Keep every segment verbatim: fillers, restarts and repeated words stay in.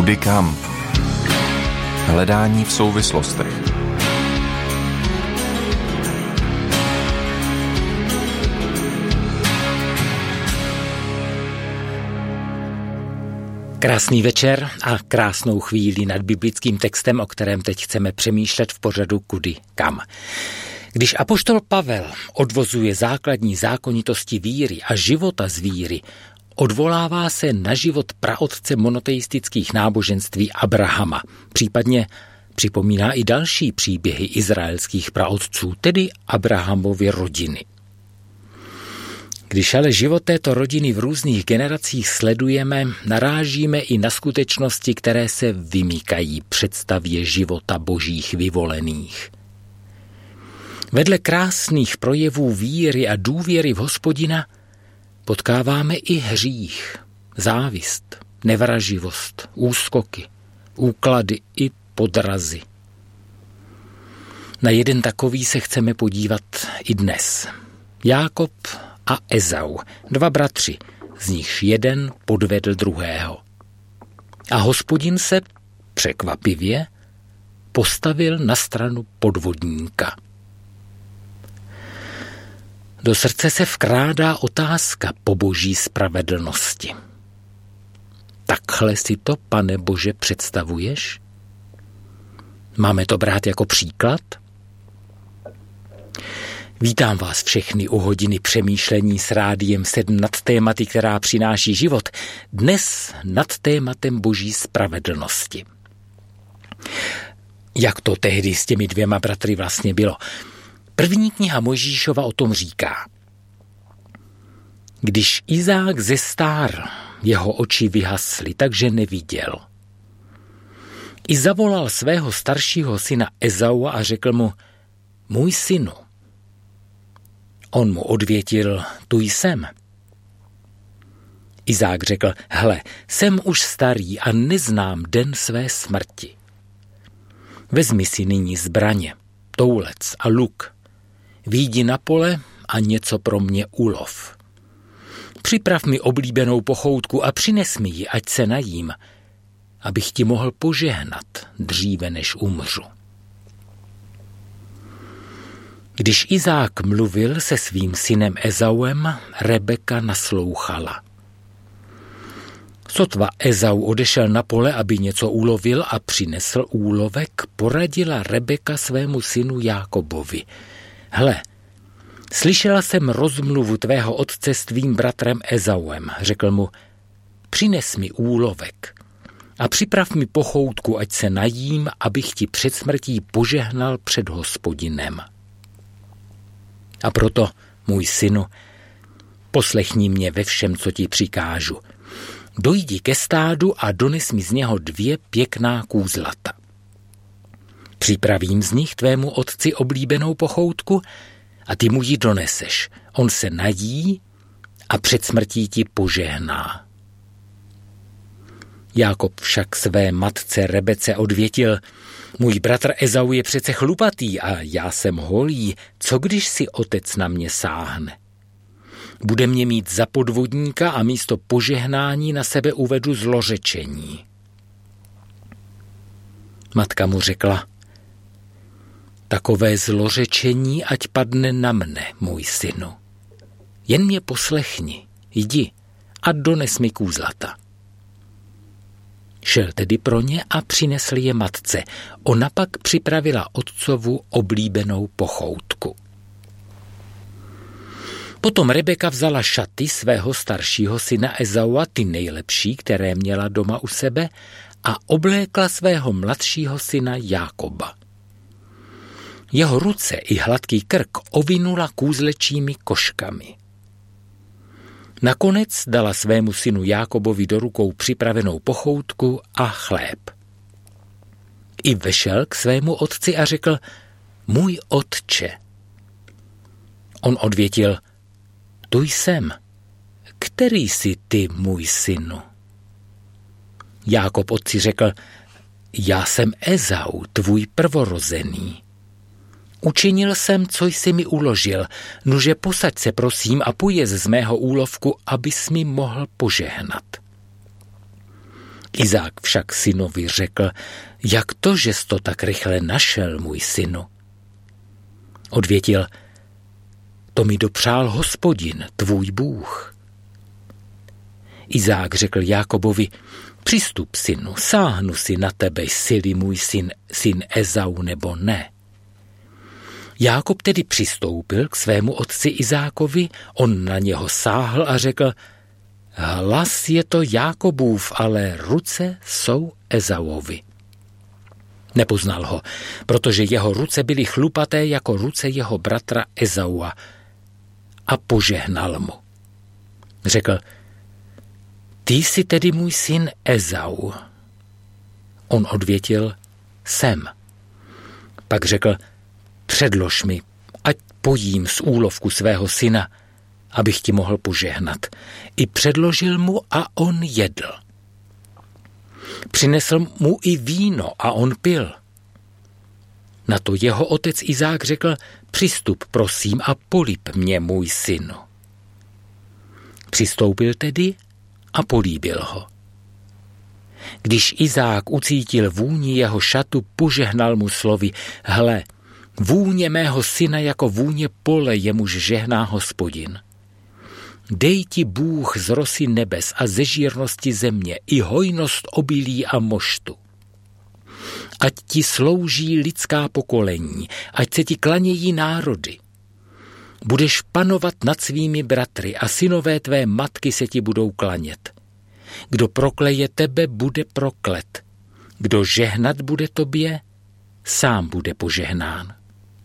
Kudy kam? Hledání v souvislostech. Krásný večer a krásnou chvíli nad biblickým textem, o kterém teď chceme přemýšlet v pořadu Kudy kam. Když apoštol Pavel odvozuje základní zákonitosti víry a života z víry, odvolává se na život praotce monoteistických náboženství Abrahama, případně připomíná i další příběhy izraelských praotců, tedy Abrahamovy rodiny. Když ale život této rodiny v různých generacích sledujeme, narážíme i na skutečnosti, které se vymýkají představě života božích vyvolených. Vedle krásných projevů víry a důvěry v Hospodina potkáváme i hřích, závist, nevraživost, úskoky, úklady i podrazy. Na jeden takový se chceme podívat i dnes. Jákob a Ezau, dva bratři, z nichž jeden podvedl druhého. A Hospodin se překvapivě postavil na stranu podvodníka. Do srdce se vkrádá otázka po boží spravedlnosti. Takhle si to, Pane Bože, představuješ? Máme to brát jako příklad? Vítám vás všechny u hodiny přemýšlení s Rádiem sedm nad tématy, která přináší život. Dnes nad tématem boží spravedlnosti. Jak to tehdy s těmi dvěma bratry vlastně bylo? První kniha Mojžíšova o tom říká. Když Izák zestár, jeho oči vyhasly, takže neviděl. I zavolal svého staršího syna Ezaua a řekl mu, můj synu. On mu odvětil, tu jsem. Izák řekl, hle, jsem už starý a neznám den své smrti. Vezmi si nyní zbraně, toulec a luk. Výjdi na pole a něco pro mě ulov. Připrav mi oblíbenou pochoutku a přines mi ji, ať se najím, abych ti mohl požehnat dříve, než umřu. Když Izák mluvil se svým synem Ezauem, Rebeka naslouchala. Sotva Ezau odešel na pole, aby něco ulovil a přinesl úlovek, poradila Rebeka svému synu Jákobovi. Hle, slyšela jsem rozmluvu tvého otce s tvým bratrem Ezauem, řekl mu, přines mi úlovek a připrav mi pochoutku, ať se najím, abych ti před smrtí požehnal před Hospodinem. A proto, můj synu, poslechni mě ve všem, co ti přikážu. Dojdi ke stádu a dones mi z něho dvě pěkná kůzlata. Připravím z nich tvému otci oblíbenou pochoutku a ty mu ji doneseš. On se nají a před smrtí ti požehná. Jákob však své matce Rebece odvětil, můj bratr Ezau je přece chlupatý a já jsem holý, co když si otec na mě sáhne? Bude mě mít za podvodníka a místo požehnání na sebe uvedu zlořečení. Matka mu řekla, takové zlořečení ať padne na mne, můj synu. Jen mě poslechni, jdi a dones mi kůzlata. Šel tedy pro ně a přinesl je matce. Ona pak připravila otcovu oblíbenou pochoutku. Potom Rebeka vzala šaty svého staršího syna Ezaua, ty nejlepší, které měla doma u sebe, a oblékla svého mladšího syna Jákoba. Jeho ruce i hladký krk ovinula kůzlečími koškami. Nakonec dala svému synu Jákobovi do rukou připravenou pochoutku a chléb. I vešel k svému otci a řekl, můj otče. On odvětil, tu jsem, který jsi ty, můj synu? Jákob otci řekl, já jsem Ezau, tvůj prvorozený. Učinil jsem, co jsi mi uložil, nuže posaď se prosím a pojez z mého úlovku, abys mi mohl požehnat. Izák však synovi řekl, jak to, že jsi to tak rychle našel, můj synu? Odvětil, to mi dopřál Hospodin, tvůj Bůh. Izák řekl Jákobovi, přistup, synu, sáhnu si na tebe, jsi-li můj syn, syn Ezau nebo ne. Jákob tedy přistoupil k svému otci Izákovi, on na něho sáhl a řekl, hlas je to Jákobův, ale ruce jsou Ezauovi. Nepoznal ho, protože jeho ruce byly chlupaté jako ruce jeho bratra Ezaua a požehnal mu. Řekl, ty jsi tedy můj syn Ezau. On odvětil, jsem. Pak řekl, předlož mi, ať pojím z úlovku svého syna, abych ti mohl požehnat. I předložil mu a on jedl. Přinesl mu i víno a on pil. Na to jeho otec Izák řekl, přistup prosím a políb mě, můj synu. Přistoupil tedy a políbil ho. Když Izák ucítil vůni jeho šatu, požehnal mu slovy, hle, vůně mého syna jako vůně pole, jemuž žehná Hospodin. Dej ti Bůh z rosy nebes a ze žírnosti země i hojnost obilí a moštu. Ať ti slouží lidská pokolení, ať se ti klanějí národy. Budeš panovat nad svými bratry a synové tvé matky se ti budou klanět. Kdo prokleje tebe, bude proklet. Kdo žehnat bude tobě, sám bude požehnán.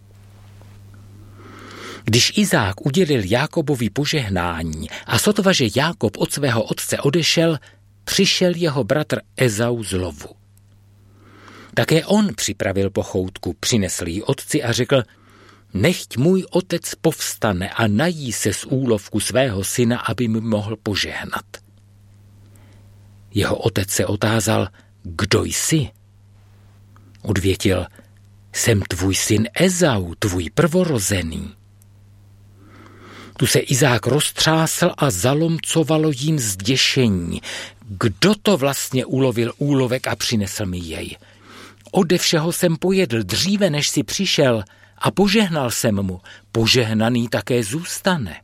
Když Izák udělil Jákobovi požehnání a sotva, že Jákob od svého otce odešel, přišel jeho bratr Ezau z lovu. Také on připravil pochoutku, přinesl ji otci a řekl, nechť můj otec povstane a nají se z úlovku svého syna, aby mi mohl požehnat. Jeho otec se otázal, kdo jsi? Odvětil, jsem tvůj syn Ezau, tvůj prvorozený. Tu se Izák roztřásl a zalomcovalo jim zděšení. Kdo to vlastně ulovil úlovek a přinesl mi jej? Ode všeho jsem pojedl dříve, než si přišel a požehnal jsem mu. Požehnaný také zůstane.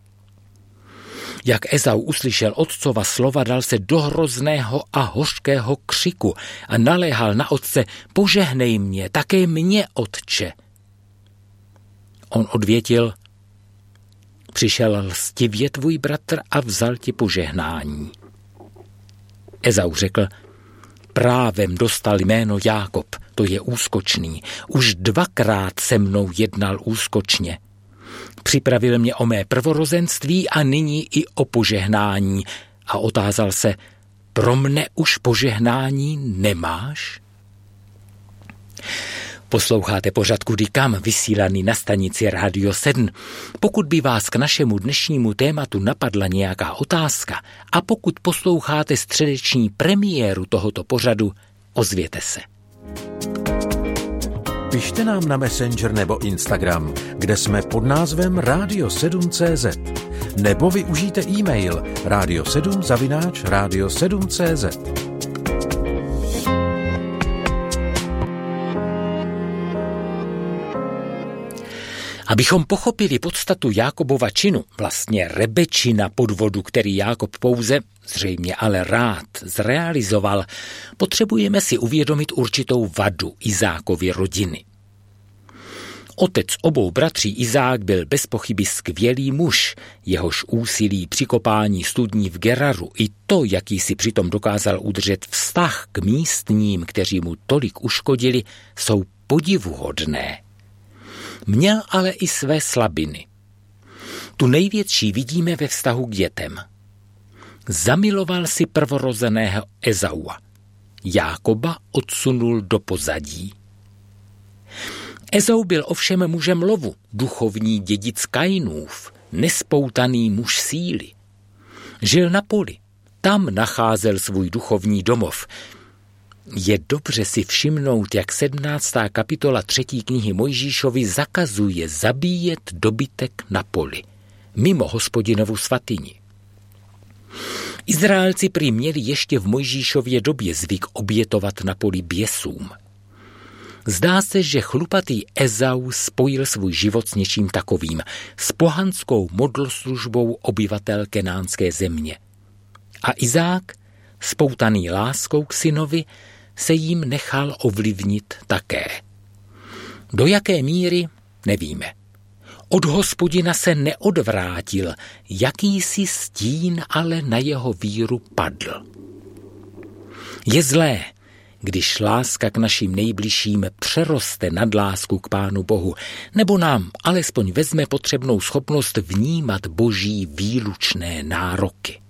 Jak Ezau uslyšel otcova slova, dal se do hrozného a hořkého křiku a naléhal na otce, požehnej mě, také mě, otče. On odvětil, přišel lstivě tvůj bratr a vzal ti požehnání. Ezau řekl, právem dostal jméno Jákob, to je úskočný. Už dvakrát se mnou jednal úskočně. Připravil mě o mé prvorozenství a nyní i o požehnání. A otázal se, pro mne už požehnání nemáš? Posloucháte pořad Kudy kam, vysílaný na stanici Rádio sedm. Pokud by vás k našemu dnešnímu tématu napadla nějaká otázka a pokud posloucháte středeční premiéru tohoto pořadu, ozvěte se. Pište nám na Messenger nebo Instagram, kde jsme pod názvem rádio sedm tečka cé zet. Nebo využijte e-mail rádio sedm zavináč rádio sedm tečka cé zet. Abychom pochopili podstatu Jákobova činu, vlastně Rebečina podvodu, který Jákob pouze, zřejmě ale rád, zrealizoval, potřebujeme si uvědomit určitou vadu Izákovy rodiny. Otec obou bratří Izák byl bez pochyby skvělý muž, jehož úsilí při kopání studní v Geraru i to, jaký si přitom dokázal udržet vztah k místním, kteří mu tolik uškodili, jsou podivuhodné. Měl ale i své slabiny. Tu největší vidíme ve vztahu k dětem. Zamiloval si prvorozeného Ezaua. Jákoba odsunul do pozadí. Ezau byl ovšem mužem lovu, duchovní dědic Kainův, nespoutaný muž síly. Žil na poli, tam nacházel svůj duchovní domov. Je dobře si všimnout, jak sedmnáctá kapitola třetí knihy Mojžíšovi zakazuje zabíjet dobytek na poli, mimo Hospodinovu svatyni. Izraelci prý měli ještě v Mojžíšově době zvyk obětovat na poli běsům. Zdá se, že chlupatý Ezau spojil svůj život s něčím takovým, s pohanskou modloslužbou obyvatel kenánské země. A Izák, spoutaný láskou k synovi, se jim nechal ovlivnit také. Do jaké míry, nevíme. Od Hospodina se neodvrátil, jakýsi stín ale na jeho víru padl. Je zlé, když láska k našim nejbližším přeroste nad lásku k Pánu Bohu, nebo nám alespoň vezme potřebnou schopnost vnímat boží výlučné nároky.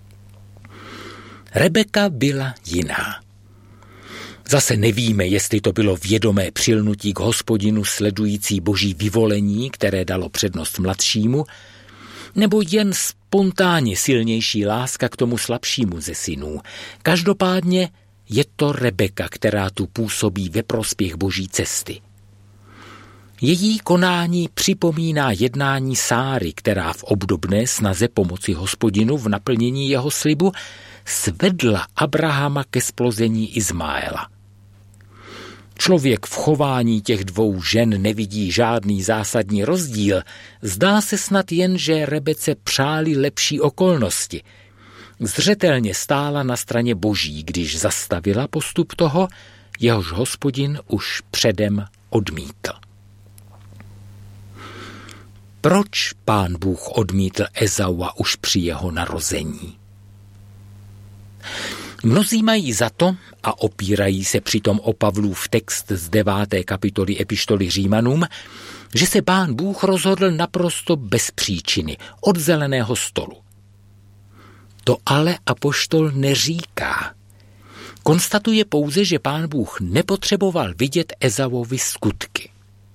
Rebeka byla jiná. Zase nevíme, jestli to bylo vědomé přilnutí k Hospodinu sledující boží vyvolení, které dalo přednost mladšímu, nebo jen spontánně silnější láska k tomu slabšímu ze synů. Každopádně je to Rebeka, která tu působí ve prospěch boží cesty. Její konání připomíná jednání Sáry, která v obdobné snaze pomoci Hospodinu v naplnění jeho slibu svedla Abrahama ke splození Izmaela. Člověk v chování těch dvou žen nevidí žádný zásadní rozdíl, zdá se snad jen, že Rebece přáli lepší okolnosti. Zřetelně stála na straně boží, když zastavila postup toho, jehož Hospodin už předem odmítl. Proč Pán Bůh odmítl Ezaua už při jeho narození? Mnozí mají za to a opírají se přitom o Pavlův text z deváté kapitoly epištoly Římanům, že se Pán Bůh rozhodl naprosto bez příčiny, od zeleného stolu. To ale apoštol neříká. Konstatuje pouze, že Pán Bůh nepotřeboval vidět Ezauovi skutky.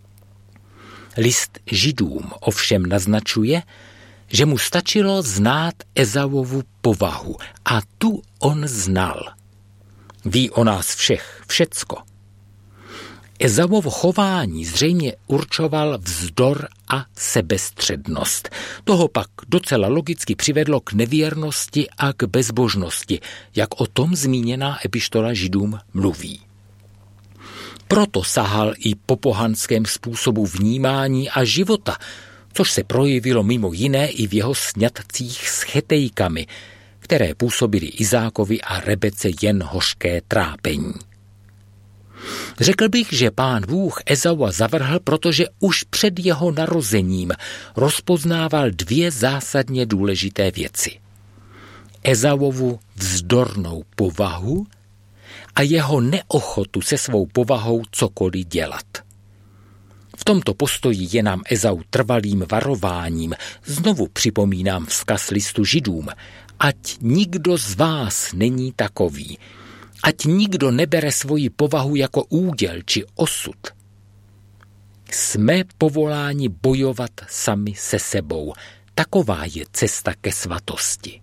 List Židům ovšem naznačuje, že mu stačilo znát Ezauovu povahu a tu on znal. Ví o nás všech všecko. Ezauovo chování zřejmě určoval vzdor a sebestřednost. Toho pak docela logicky přivedlo k nevěrnosti a k bezbožnosti, jak o tom zmíněná epištola Židům mluví. Proto sahal i po pohanském způsobu vnímání a života, což se projevilo mimo jiné i v jeho sňatcích s Chetejkami, které působily Izákovi a Rebece jen hořké trápení. Řekl bych, že Pán Bůh Ezaua zavrhl, protože už před jeho narozením rozpoznával dvě zásadně důležité věci. Ezauovu vzdornou povahu a jeho neochotu se svou povahou cokoliv dělat. V tomto postoji je nám Ezau trvalým varováním. Znovu připomínám vzkaz listu Židům. Ať nikdo z vás není takový. Ať nikdo nebere svoji povahu jako úděl či osud. Jsme povoláni bojovat sami se sebou. Taková je cesta ke svatosti.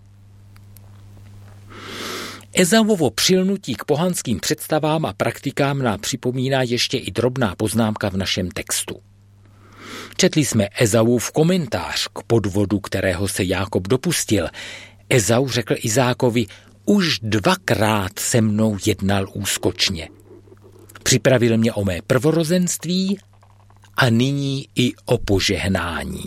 Ezauovo přilnutí k pohanským představám a praktikám nám připomíná ještě i drobná poznámka v našem textu. Četli jsme Ezauův komentář k podvodu, kterého se Jákob dopustil. Ezau řekl Izákovi, už dvakrát se mnou jednal úskočně. Připravil mě o mé prvorozenství a nyní i o požehnání.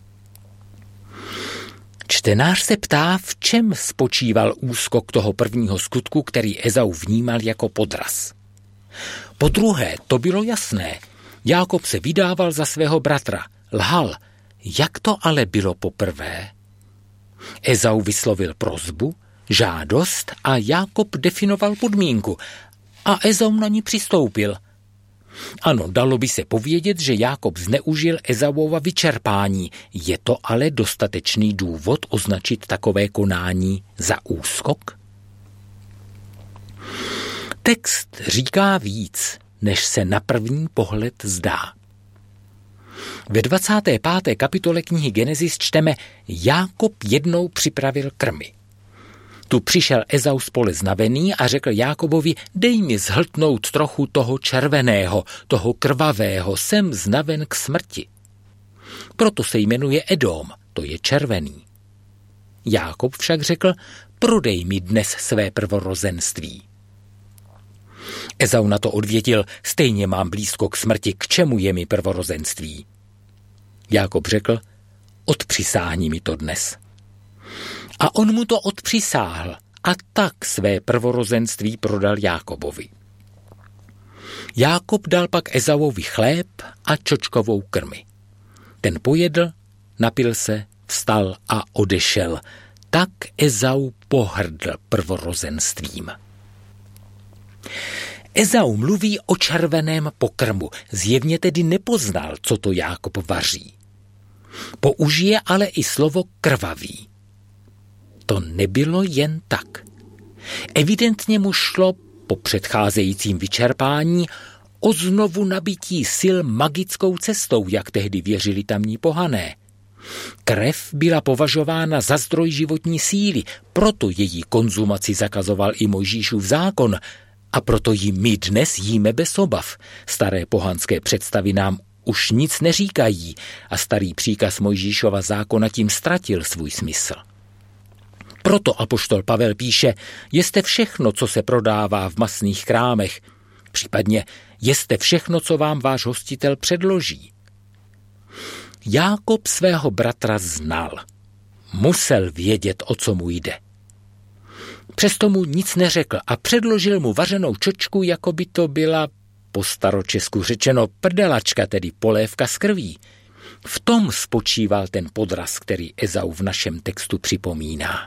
Čtenář se ptá, v čem spočíval úskok toho prvního skutku, který Ezau vnímal jako podraz. Po druhé, to bylo jasné. Jákob se vydával za svého bratra, lhal. Jak to ale bylo poprvé? Ezau vyslovil prosbu, žádost a Jákob definoval podmínku a Ezau na ní přistoupil. Ano, dalo by se povědět, že Jákob zneužil Ezauova vyčerpání. Je to ale dostatečný důvod označit takové konání za úskok? Text říká víc, než se na první pohled zdá. Ve dvacáté páté kapitole knihy Genesis čteme, Jákob jednou připravil krmy. Tu přišel Ezau z pole znavený a řekl Jákobovi, dej mi zhltnout trochu toho červeného, toho krvavého, jsem znaven k smrti. Proto se jmenuje Edom, to je červený. Jákob však řekl, prodej mi dnes své prvorozenství. Ezau na to odvětil, stejně mám blízko k smrti, k čemu je mi prvorozenství? Jákob řekl, odpřisáhni mi to dnes. A on mu to odpřisáhl a tak své prvorozenství prodal Jákobovi. Jákob dal pak Ezauovi chléb a čočkovou krmi. Ten pojedl, napil se, vstal a odešel. Tak Ezau pohrdl prvorozenstvím. Ezau mluví o červeném pokrmu, zjevně tedy nepoznal, co to Jákob vaří. Použije ale i slovo krvavý. To nebylo jen tak. Evidentně mu šlo po předcházejícím vyčerpání o znovu nabití sil magickou cestou, jak tehdy věřili tamní pohané. Krev byla považována za zdroj životní síly, proto její konzumaci zakazoval i Mojžíšův zákon a proto ji my dnes jíme bez obav. Staré pohanské představy nám už nic neříkají a starý příkaz Mojžíšova zákona tím ztratil svůj smysl. Proto apoštol Pavel píše, jeste všechno, co se prodává v masných krámech, případně jeste všechno, co vám váš hostitel předloží. Jákob svého bratra znal. Musel vědět, o co mu jde. Přesto mu nic neřekl a předložil mu vařenou čočku, jako by to byla, po staročesku řečeno, prdelačka, tedy polévka s krví. V tom spočíval ten podraz, který Ezau v našem textu připomíná.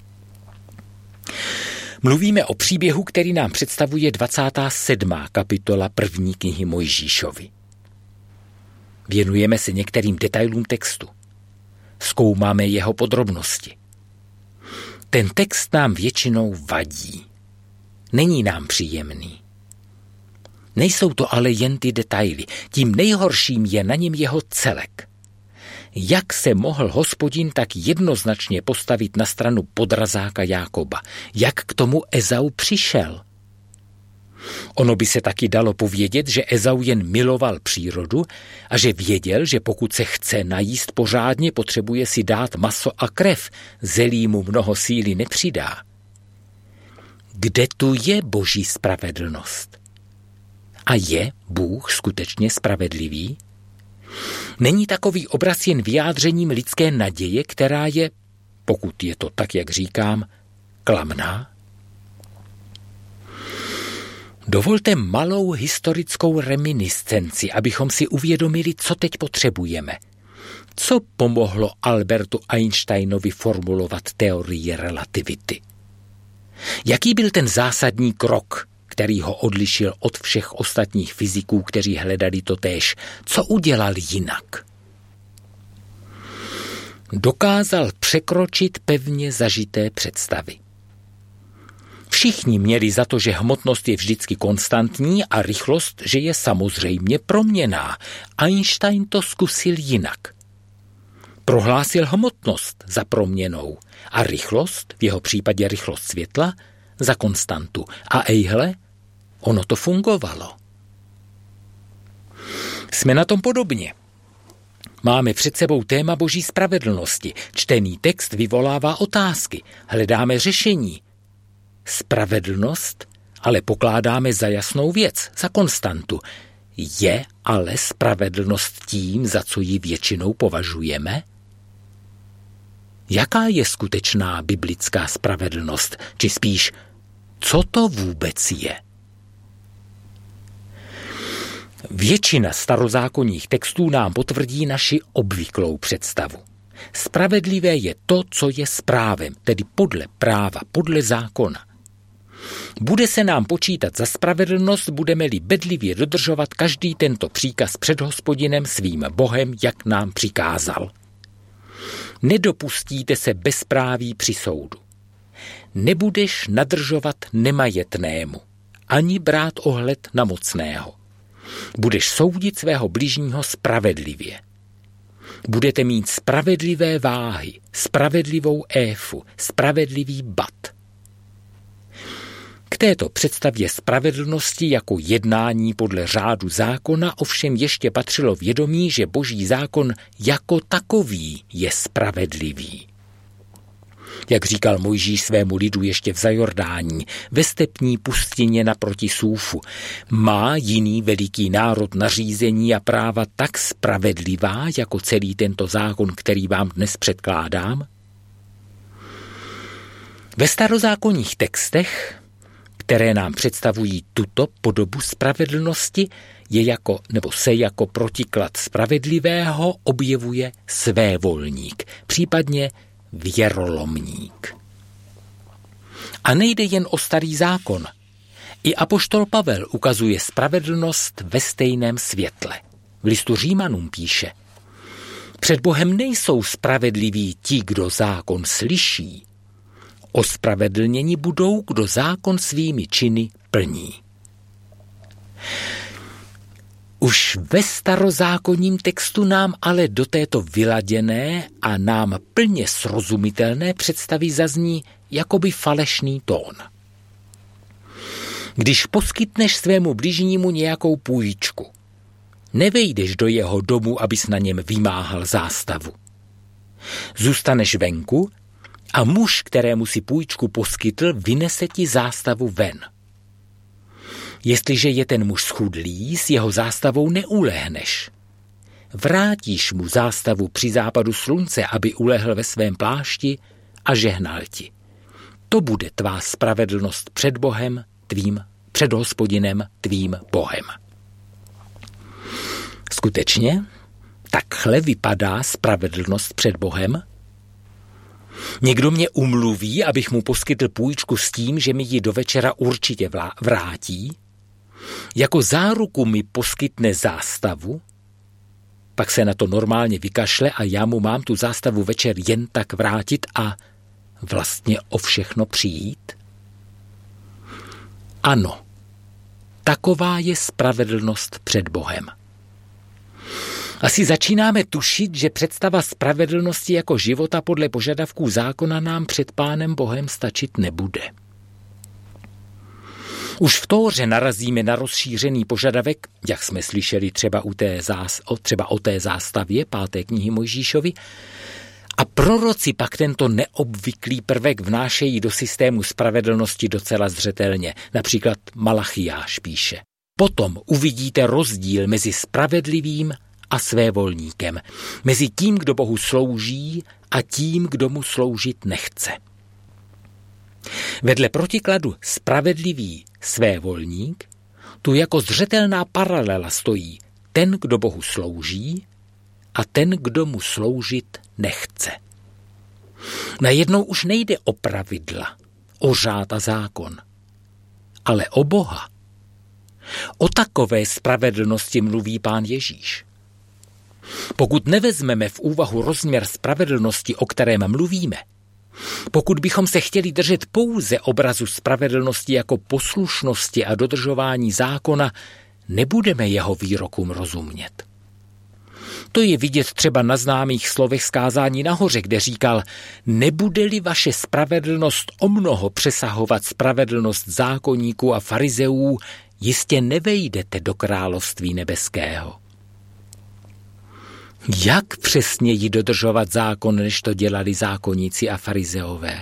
Mluvíme o příběhu, který nám představuje dvacátá sedmá kapitola první knihy Mojžíšovi. Věnujeme se některým detailům textu. Zkoumáme jeho podrobnosti. Ten text nám většinou vadí. Není nám příjemný. Nejsou to ale jen ty detaily. Tím nejhorším je na něm jeho celek. Jak se mohl Hospodin tak jednoznačně postavit na stranu podrazáka Jákoba? Jak k tomu Ezau přišel? Ono by se taky dalo povědět, že Ezau jen miloval přírodu a že věděl, že pokud se chce najíst pořádně, potřebuje si dát maso a krev, zelí mu mnoho síly nepřidá. Kde tu je boží spravedlnost? A je Bůh skutečně spravedlivý? Není takový obraz jen vyjádřením lidské naděje, která je, pokud je to tak, jak říkám, klamná? Dovolte malou historickou reminiscenci, abychom si uvědomili, co teď potřebujeme. Co pomohlo Albertu Einsteinovi formulovat teorii relativity? Jaký byl ten zásadní krok, který ho odlišil od všech ostatních fyziků, kteří hledali totéž? Co udělal jinak? Dokázal překročit pevně zažité představy. Všichni měli za to, že hmotnost je vždycky konstantní a rychlost, že je samozřejmě proměnná. Einstein to zkusil jinak. Prohlásil hmotnost za proměnnou a rychlost, v jeho případě rychlost světla, za konstantu. A ejhle, ono to fungovalo. Jsme na tom podobně. Máme před sebou téma boží spravedlnosti. Čtený text vyvolává otázky. Hledáme řešení. Spravedlnost ale pokládáme za jasnou věc, za konstantu. Je ale spravedlnost tím, za co ji většinou považujeme? Jaká je skutečná biblická spravedlnost? Či spíš, co to vůbec je? Většina starozákonních textů nám potvrdí naši obvyklou představu. Spravedlivé je to, co je správem, tedy podle práva, podle zákona. Bude se nám počítat za spravedlnost, budeme-li bedlivě dodržovat každý tento příkaz před Hospodinem svým Bohem, jak nám přikázal. Nedopustíte se bezpráví při soudu. Nebudeš nadržovat nemajetnému, ani brát ohled na mocného. Budeš soudit svého bližního spravedlivě. Budete mít spravedlivé váhy, spravedlivou éfu, spravedlivý bat. K této představě spravedlnosti jako jednání podle řádu zákona ovšem ještě patřilo vědomí, že boží zákon jako takový je spravedlivý. Jak říkal Mojžíš svému lidu ještě v Zajordání, ve stepní pustině naproti Súfu, má jiný veliký národ nařízení a práva tak spravedlivá, jako celý tento zákon, který vám dnes předkládám? Ve starozákonních textech, které nám představují tuto podobu spravedlnosti, je jako, nebo se jako protiklad spravedlivého objevuje svévolník, případně věrolomník. A nejde jen o starý zákon. I apoštol Pavel ukazuje spravedlnost ve stejném světle. V listu Římanům píše: Před Bohem nejsou spravedliví ti, kdo zákon slyší. Ospravedlněni budou, kdo zákon svými činy plní. Už ve starozákonním textu nám ale do této vyladěné a nám plně srozumitelné představy zazní jakoby falešný tón. Když poskytneš svému bližnímu nějakou půjčku, nevejdeš do jeho domu, abys na něm vymáhal zástavu. Zůstaneš venku a muž, kterému si půjčku poskytl, vynese ti zástavu ven. Jestliže je ten muž schudlý, s jeho zástavou neulehneš. Vrátíš mu zástavu při západu slunce, aby ulehl ve svém plášti a žehnal ti. To bude tvá spravedlnost před Bohem, tvým, před Hospodinem, tvým Bohem. Skutečně, takhle vypadá spravedlnost před Bohem? Někdo mě umluví, abych mu poskytl půjčku s tím, že mi ji do večera určitě vrátí? Jako záruku mi poskytne zástavu? Pak se na to normálně vykašle a já mu mám tu zástavu večer jen tak vrátit a vlastně o všechno přijít? Ano, taková je spravedlnost před Bohem. Asi začínáme tušit, že představa spravedlnosti jako života podle požadavků zákona nám před Pánem Bohem stačit nebude. Už v Tóře narazíme na rozšířený požadavek, jak jsme slyšeli třeba, u té zás, třeba o té zástavě páté knihy Mojžíšovi, a proroci pak tento neobvyklý prvek vnášejí do systému spravedlnosti docela zřetelně. Například Malachiáš píše: Potom uvidíte rozdíl mezi spravedlivým a svévolníkem, mezi tím, kdo Bohu slouží, a tím, kdo mu sloužit nechce. Vedle protikladu spravedlivý svévolník tu jako zřetelná paralela stojí ten, kdo Bohu slouží, a ten, kdo mu sloužit nechce. Najednou už nejde o pravidla, o řád a zákon, ale o Boha. O takové spravedlnosti mluví Pán Ježíš. Pokud nevezmeme v úvahu rozměr spravedlnosti, o kterém mluvíme, pokud bychom se chtěli držet pouze obrazu spravedlnosti jako poslušnosti a dodržování zákona, nebudeme jeho výrokům rozumět. To je vidět třeba na známých slovech z kázání nahoře, kde říkal: Nebude-li vaše spravedlnost o mnoho přesahovat spravedlnost zákonníků a farizeů, jistě nevejdete do království nebeského. Jak přesněji dodržovat zákon, než to dělali zákonníci a farizeové?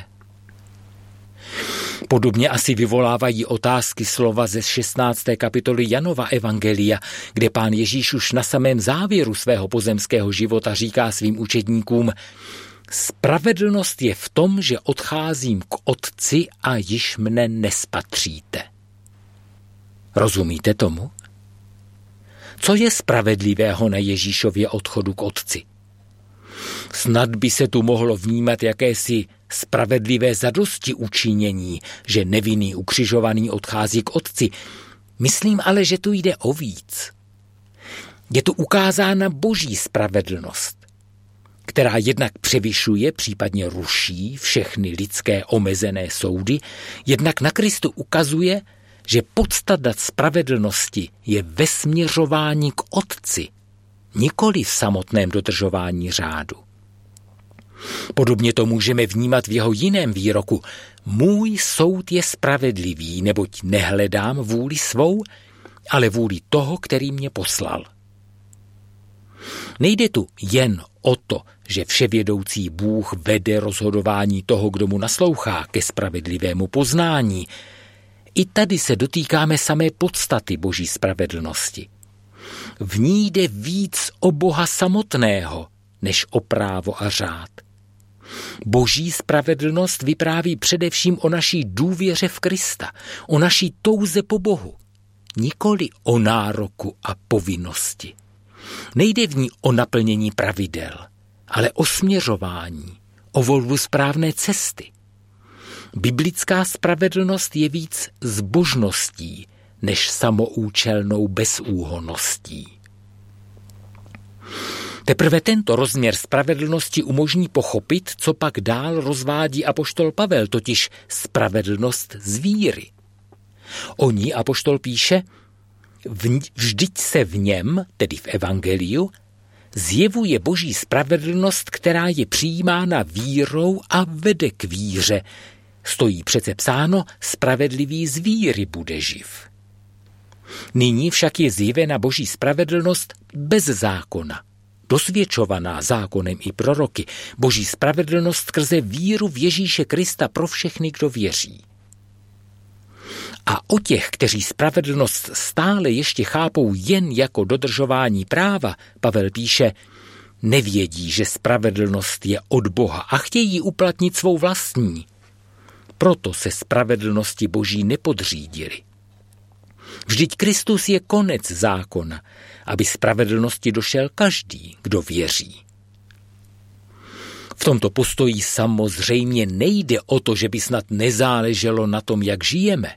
Podobně asi vyvolávají otázky slova ze šestnácté kapitoly Janova evangelia, kde Pán Ježíš už na samém závěru svého pozemského života říká svým učedníkům: Spravedlnost je v tom, že odcházím k Otci a již mne nespatříte. Rozumíte tomu? Co je spravedlivého na Ježíšově odchodu k Otci? Snad by se tu mohlo vnímat jakési spravedlivé zadosti učinění, že nevinný ukřižovaný odchází k Otci. Myslím ale, že tu jde o víc. Je tu ukázána Boží spravedlnost, která jednak převyšuje, případně ruší všechny lidské omezené soudy, jednak na Kristu ukazuje, že podstata spravedlnosti je ve směřování k Otci, nikoli v samotném dodržování řádu. Podobně to můžeme vnímat v jeho jiném výroku: Můj soud je spravedlivý, neboť nehledám vůli svou, ale vůli toho, který mě poslal. Nejde tu jen o to, že vševědoucí Bůh vede rozhodování toho, kdo mu naslouchá, ke spravedlivému poznání. I tady se dotýkáme samé podstaty Boží spravedlnosti. V ní jde víc o Boha samotného, než o právo a řád. Boží spravedlnost vypráví především o naší důvěře v Krista, o naší touze po Bohu, nikoli o nároku a povinnosti. Nejde v ní o naplnění pravidel, ale o směřování, o volbu správné cesty. Biblická spravedlnost je víc zbožností, než samoučelnou bezúhonností. Teprve tento rozměr spravedlnosti umožní pochopit, co pak dál rozvádí apoštol Pavel, totiž spravedlnost z víry. O ní apoštol píše: vždyť se v něm, tedy v evangeliu, zjevuje Boží spravedlnost, která je přijímána vírou a vede k víře. Stojí přece psáno, spravedlivý z víry bude živ. Nyní však je zjevena Boží spravedlnost bez zákona, dosvědčovaná zákonem i proroky. Boží spravedlnost skrze víru v Ježíše Krista pro všechny, kdo věří. A o těch, kteří spravedlnost stále ještě chápou jen jako dodržování práva, Pavel píše: nevědí, že spravedlnost je od Boha a chtějí uplatnit svou vlastní. Proto se spravedlnosti Boží nepodřídili. Vždyť Kristus je konec zákona, aby spravedlnosti došel každý, kdo věří. V tomto postoji samozřejmě nejde o to, že by snad nezáleželo na tom, jak žijeme.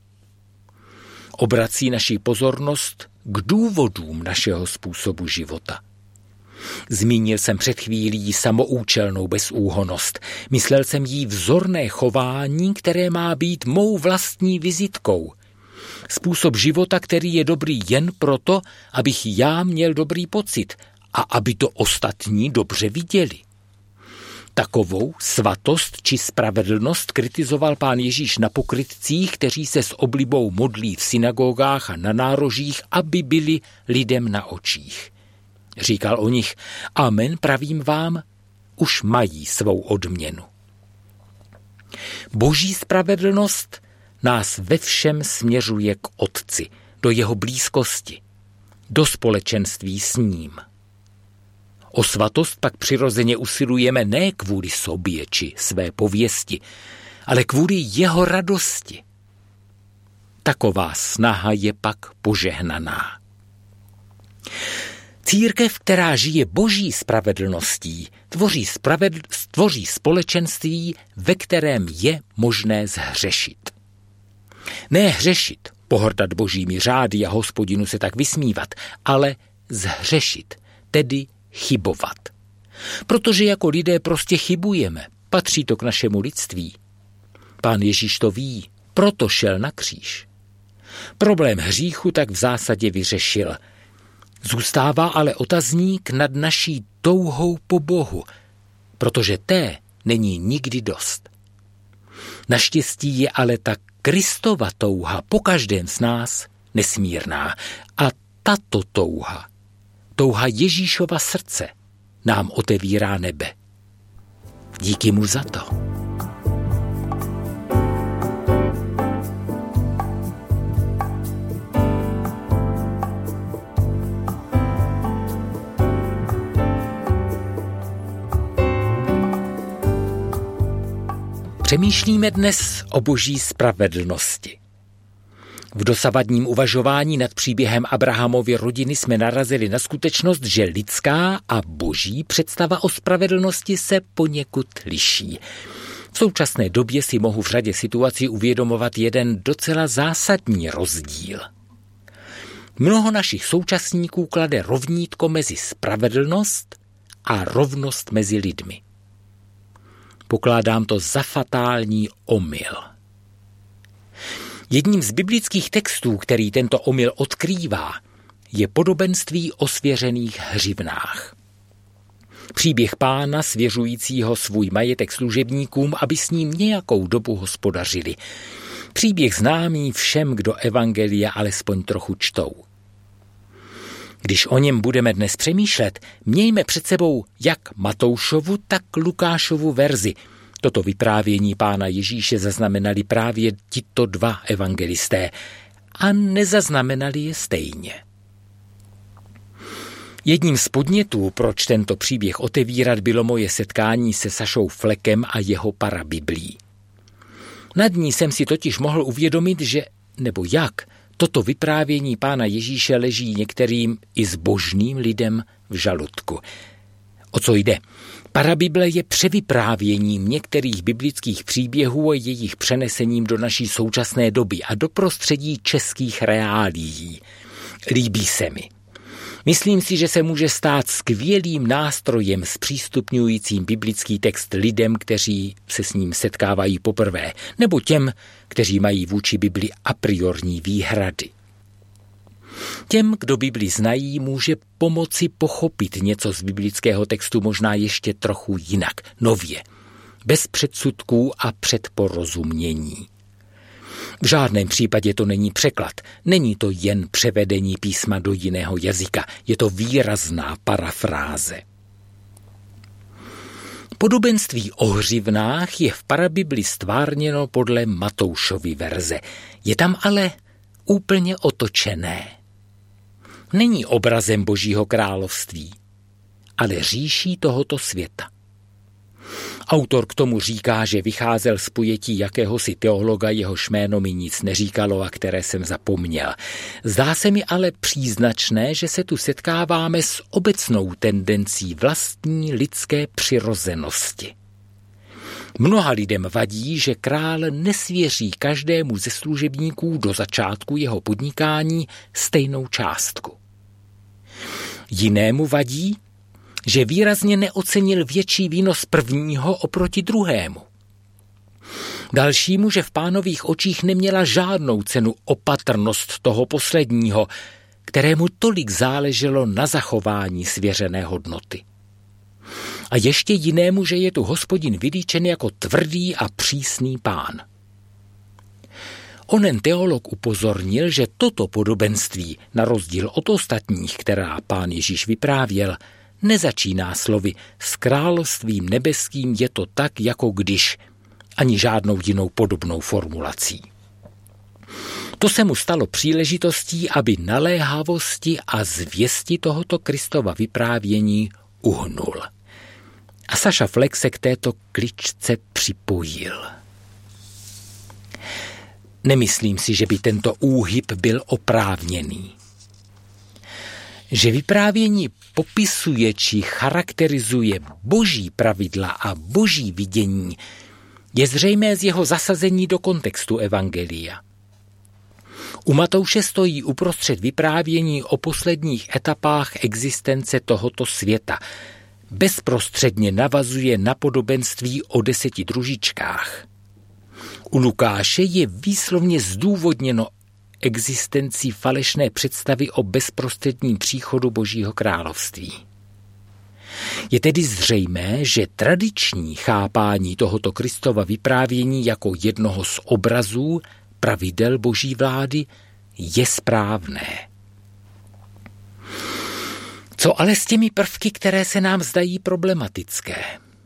Obrací naši pozornost k důvodům našeho způsobu života. Zmínil jsem před chvílí samoučelnou bezúhonnost. Myslel jsem jí vzorné chování, které má být mou vlastní vizitkou. Způsob života, který je dobrý jen proto, abych já měl dobrý pocit a aby to ostatní dobře viděli. Takovou svatost či spravedlnost kritizoval Pán Ježíš na pokrytcích, kteří se s oblibou modlí v synagogách a na nárožích, aby byli lidem na očích. Říkal o nich: amen, pravím vám, už mají svou odměnu. Boží spravedlnost nás ve všem směřuje k Otci, do jeho blízkosti, do společenství s ním. O svatost pak přirozeně usilujeme ne kvůli sobě či své pověsti, ale kvůli jeho radosti. Taková snaha je pak požehnaná. Církev, která žije Boží spravedlností, tvoří, spravedl... tvoří společenství, ve kterém je možné zhřešit. Ne hřešit, pohrdat Božími řády a Hospodinu se tak vysmívat, ale zhřešit, tedy chybovat. Protože jako lidé prostě chybujeme, patří to k našemu lidství. Pán Ježíš to ví, proto šel na kříž. Problém hříchu tak v zásadě vyřešil. Zůstává ale otazník nad naší touhou po Bohu, protože té není nikdy dost. Naštěstí je ale ta Kristova touha po každém z nás nesmírná. A tato touha, touha Ježíšova srdce, nám otevírá nebe. Díky mu za to. Přemýšlíme dnes o Boží spravedlnosti. V dosavadním uvažování nad příběhem Abrahamovy rodiny jsme narazili na skutečnost, že lidská a boží představa o spravedlnosti se poněkud liší. V současné době si mohu v řadě situací uvědomovat jeden docela zásadní rozdíl. Mnoho našich současníků klade rovnítko mezi spravedlnost a rovnost mezi lidmi. Pokládám to za fatální omyl. Jedním z biblických textů, který tento omyl odkrývá, je podobenství o svěřených hřivnách. Příběh pána svěřujícího svůj majetek služebníkům, aby s ním nějakou dobu hospodařili. Příběh známý všem, kdo evangelia alespoň trochu čtou. Když o něm budeme dnes přemýšlet, mějme před sebou jak Matoušovu, tak Lukášovu verzi. Toto vyprávění Pána Ježíše zaznamenali právě tito dva evangelisté a nezaznamenali je stejně. Jedním z podnětů, proč tento příběh otevírat, bylo moje setkání se Sašou Flekem a jeho parabiblí. Nad ní jsem si totiž mohl uvědomit, že, nebo jak, toto vyprávění Pána Ježíše leží některým i zbožným lidem v žaludku. O co jde? Parabible je převyprávěním některých biblických příběhů a jejich přenesením do naší současné doby a do prostředí českých reálií. Líbí se mi. Myslím si, že se může stát skvělým nástrojem zpřístupňujícím biblický text lidem, kteří se s ním setkávají poprvé, nebo těm, kteří mají vůči Bibli a priorní výhrady. Těm, kdo Bibli znají, může pomoci pochopit něco z biblického textu možná ještě trochu jinak, nově, bez předsudků a předporozumění. V žádném případě to není překlad, není to jen převedení písma do jiného jazyka, je to výrazná parafráze. Podobenství o hřivnách je v parabibli stvárněno podle Matoušovy verze, je tam ale úplně otočené. Není obrazem Božího království, ale říší tohoto světa. Autor k tomu říká, že vycházel z pojetí jakéhosi teologa, jehož jméno mi nic neříkalo a které jsem zapomněl. Zdá se mi ale příznačné, že se tu setkáváme s obecnou tendencí vlastní lidské přirozenosti. Mnoha lidem vadí, že král nesvěří každému ze služebníků do začátku jeho podnikání stejnou částku. Jinému vadí, že výrazně neocenil větší výnos prvního oproti druhému. Dalšímu, že v Pánových očích neměla žádnou cenu opatrnost toho posledního, kterému tolik záleželo na zachování svěřené hodnoty. A ještě jinému, že je tu Hospodin vylíčen jako tvrdý a přísný pán. Onen teolog upozornil, že toto podobenství, na rozdíl od ostatních, která Pán Ježíš vyprávěl, nezačíná slovy s královstvím nebeským je to tak, jako když, ani žádnou jinou podobnou formulací. To se mu stalo příležitostí, aby naléhavosti a zvěsti tohoto Kristova vyprávění uhnul. A Saša Flek se k této kličce připojil. Nemyslím si, že by tento úhyb byl oprávněný. Že vyprávění popisuje či charakterizuje boží pravidla a boží vidění, je zřejmé z jeho zasazení do kontextu evangelia. U Matouše stojí uprostřed vyprávění o posledních etapách existence tohoto světa. Bezprostředně navazuje na podobenství o deseti družičkách. U Lukáše je výslovně zdůvodněno existencí falešné představy o bezprostředním příchodu Božího království. Je tedy zřejmé, že tradiční chápání tohoto Kristova vyprávění jako jednoho z obrazů pravidel Boží vlády je správné. Co ale s těmi prvky, které se nám zdají problematické?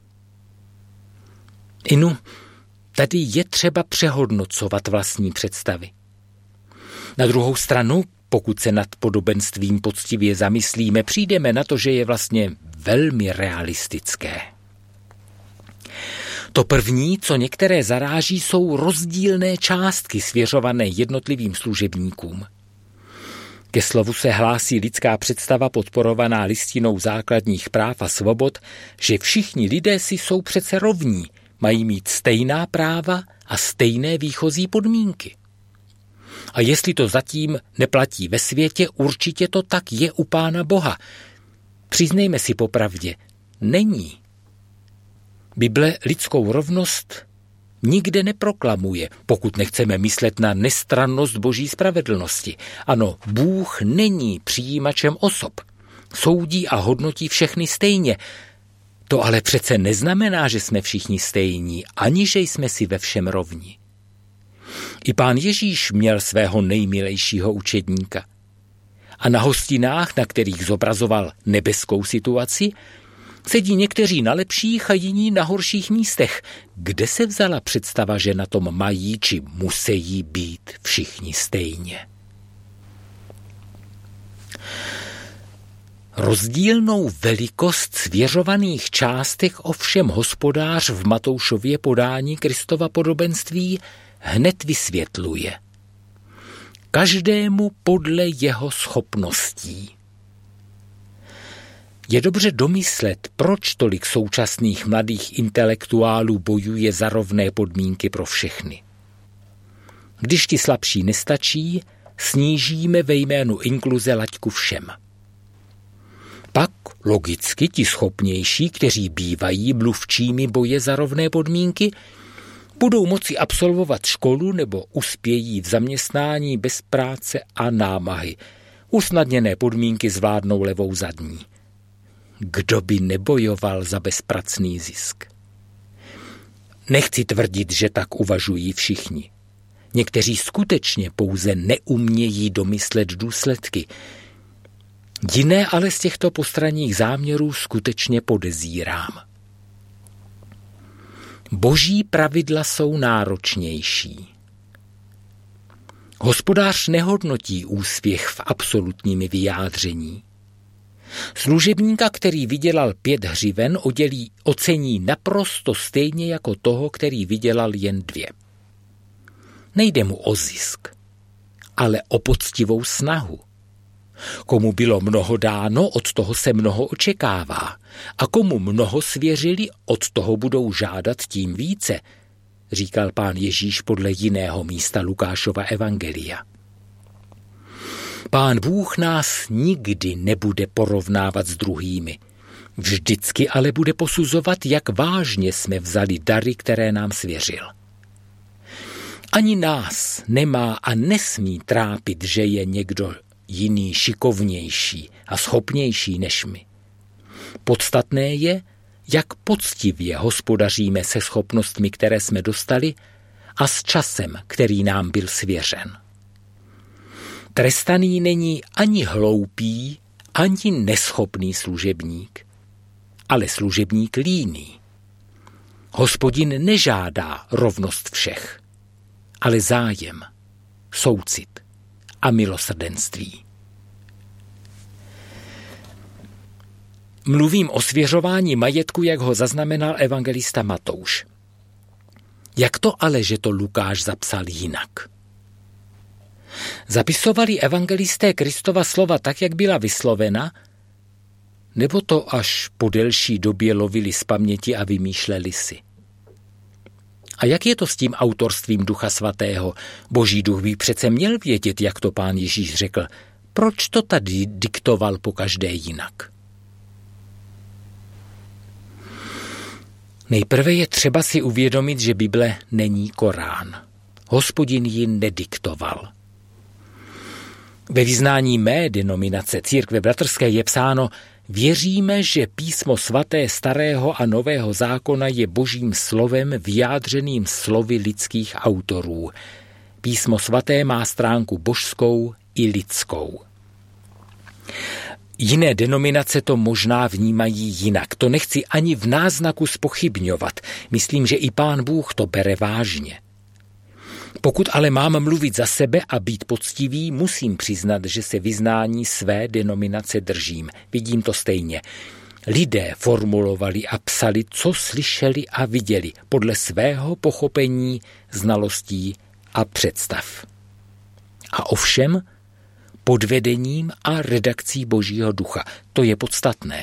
Inu, tady je třeba přehodnocovat vlastní představy. Na druhou stranu, pokud se nad podobenstvím poctivě zamyslíme, přijdeme na to, že je vlastně velmi realistické. To první, co některé zaráží, jsou rozdílné částky svěřované jednotlivým služebníkům. Ke slovu se hlásí lidská představa podporovaná listinou základních práv a svobod, že všichni lidé si jsou přece rovní, mají mít stejná práva a stejné výchozí podmínky. A jestli to zatím neplatí ve světě, určitě to tak je u Pána Boha. Přiznejme si popravdě, není. Bible lidskou rovnost nikde neproklamuje, pokud nechceme myslet na nestrannost Boží spravedlnosti. Ano, Bůh není přijímačem osob. Soudí a hodnotí všechny stejně. To ale přece neznamená, že jsme všichni stejní, ani že jsme si ve všem rovni. I Pán Ježíš měl svého nejmilejšího učedníka. A na hostinách, na kterých zobrazoval nebeskou situaci, sedí někteří na lepších a jiní na horších místech. Kde se vzala představa, že na tom mají či musejí být všichni stejně? Rozdílnou velikost svěřovaných částek ovšem hospodář v Matoušově podání Kristova podobenství hned vysvětluje. Každému podle jeho schopností. Je dobře domyslet, proč tolik současných mladých intelektuálů bojuje za rovné podmínky pro všechny. Když ti slabší nestačí, snížíme ve jménu inkluze laťku všem. Pak logicky ti schopnější, kteří bývají mluvčími boje za rovné podmínky, budou moci absolvovat školu nebo uspějí v zaměstnání bez práce a námahy. Usnadněné podmínky zvládnou levou zadní. Kdo by nebojoval za bezpracný zisk? Nechci tvrdit, že tak uvažují všichni. Někteří skutečně pouze neumějí domyslet důsledky. Jiné ale z těchto postranních záměrů skutečně podezírám. Boží pravidla jsou náročnější. Hospodář nehodnotí úspěch v absolutním vyjádření. Služebníka, který vydělal pět hřiven, odělí, ocení naprosto stejně jako toho, který vydělal jen dvě. Nejde mu o zisk, ale o poctivou snahu. Komu bylo mnoho dáno, od toho se mnoho očekává. A komu mnoho svěřili, od toho budou žádat tím více, říkal pán Ježíš podle jiného místa Lukášova evangelia. Pán Bůh nás nikdy nebude porovnávat s druhými. Vždycky ale bude posuzovat, jak vážně jsme vzali dary, které nám svěřil. Ani nás nemá a nesmí trápit, že je někdo jiný šikovnější a schopnější než my. Podstatné je, jak poctivě hospodaříme se schopnostmi, které jsme dostali, a s časem, který nám byl svěřen. Trestaný není ani hloupý, ani neschopný služebník, ale služebník líný. Hospodin nežádá rovnost všech, ale zájem, soucit a milosrdenství. Mluvím o svěřování majetku, jak ho zaznamenal evangelista Matouš. Jak to ale, že to Lukáš zapsal jinak? Zapisovali evangelisté Kristova slova tak, jak byla vyslovena, nebo to až po delší době lovili z paměti a vymýšleli si? A jak je to s tím autorstvím Ducha Svatého? Boží duch by přece měl vědět, jak to pán Ježíš řekl. Proč to tady diktoval pokaždé jinak? Nejprve je třeba si uvědomit, že Bible není Korán. Hospodin ji nediktoval. Ve vyznání mé denominace Církve bratrské je psáno: věříme, že písmo svaté starého a nového zákona je božím slovem vyjádřeným slovy lidských autorů. Písmo svaté má stránku božskou i lidskou. Jiné denominace to možná vnímají jinak. To nechci ani v náznaku zpochybňovat. Myslím, že i pán Bůh to bere vážně. Pokud ale mám mluvit za sebe a být poctivý, musím přiznat, že se vyznání své denominace držím. Vidím to stejně. Lidé formulovali a psali, co slyšeli a viděli, podle svého pochopení, znalostí a představ. A ovšem pod vedením a redakcí Božího ducha. To je podstatné.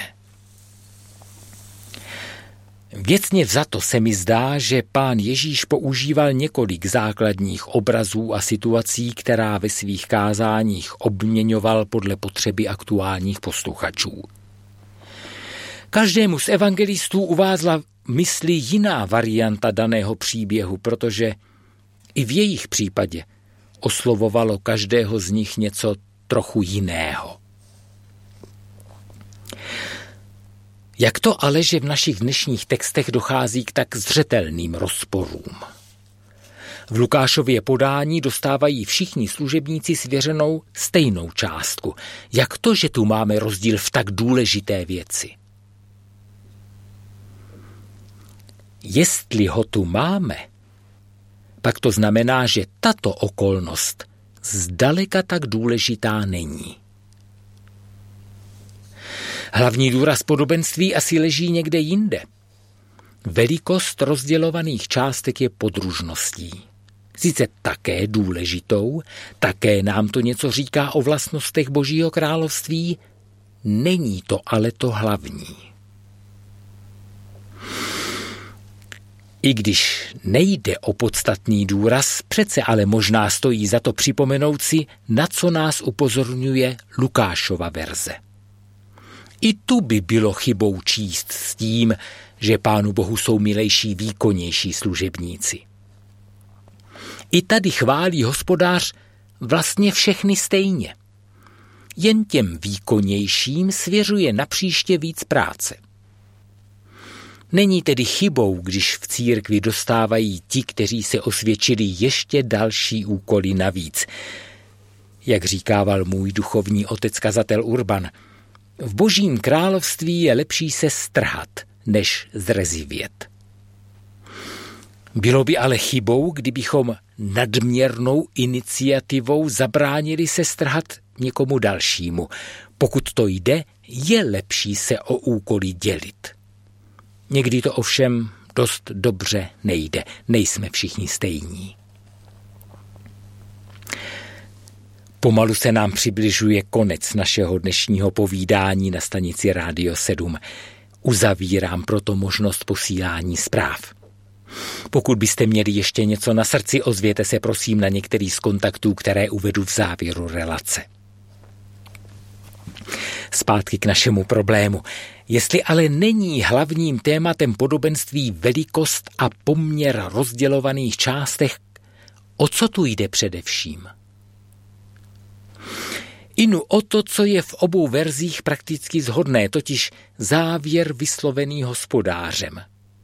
Věcně vzato se mi zdá, že pán Ježíš používal několik základních obrazů a situací, která ve svých kázáních obměňoval podle potřeby aktuálních posluchačů. Každému z evangelistů uvázla mysli jiná varianta daného příběhu, protože i v jejich případě oslovovalo každého z nich něco trochu jiného. Jak to ale, že v našich dnešních textech dochází k tak zřetelným rozporům? V Lukášově podání dostávají všichni služebníci svěřenou stejnou částku. Jak to, že tu máme rozdíl v tak důležité věci? Jestli ho tu máme, pak to znamená, že tato okolnost zdaleka tak důležitá není. Hlavní důraz podobenství asi leží někde jinde. Velikost rozdělovaných částek je podružností. Sice také důležitou, také nám to něco říká o vlastnostech Božího království, není to ale to hlavní. I když nejde o podstatný důraz, přece ale možná stojí za to připomenout si, na co nás upozorňuje Lukášova verze. I tu by bylo chybou číst s tím, že Pánu Bohu jsou milejší výkonnější služebníci. I tady chválí Hospodář vlastně všechny stejně. Jen těm výkonnějším svěřuje napříště víc práce. Není tedy chybou, když v církvi dostávají ti, kteří se osvědčili, ještě další úkoly navíc. Jak říkával můj duchovní otec kazatel Urban, v Božím království je lepší se strhat, než zrezivět. Bylo by ale chybou, kdybychom nadměrnou iniciativou zabránili se strhat někomu dalšímu. Pokud to jde, je lepší se o úkoly dělit. Někdy to ovšem dost dobře nejde. Nejsme všichni stejní. Pomalu se nám přibližuje konec našeho dnešního povídání na stanici Rádio sedm. Uzavírám proto možnost posílání zpráv. Pokud byste měli ještě něco na srdci, ozvěte se prosím na některý z kontaktů, které uvedu v závěru relace. Zpátky k našemu problému. Jestli ale není hlavním tématem podobenství velikost a poměr rozdělovaných částech, o co tu jde především? Inu o to, co je v obou verzích prakticky shodné, totiž závěr vyslovený Hospodářem.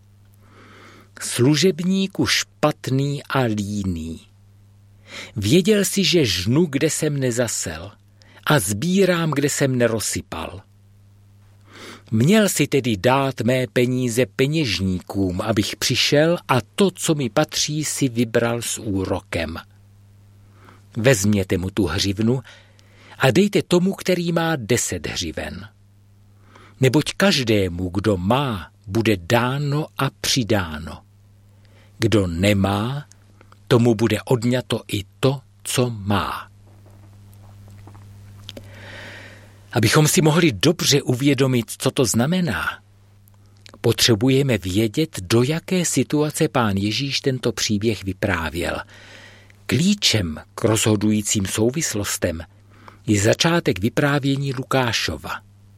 Služebníku špatný a líný. Věděl si, že žnu, kde jsem nezasel, a sbírám, kde jsem nerozsypal. Měl si tedy dát mé peníze peněžníkům, abych přišel a to, co mi patří, si vybral s úrokem. Vezměte mu tu hřivnu a dejte tomu, který má deset hřiven. Neboť každému, kdo má, bude dáno a přidáno. Kdo nemá, tomu bude odňato i to, co má. Abychom si mohli dobře uvědomit, co to znamená, potřebujeme vědět, do jaké situace Pán Ježíš tento příběh vyprávěl. Klíčem k rozhodujícím souvislostem je začátek vyprávění Lukášova.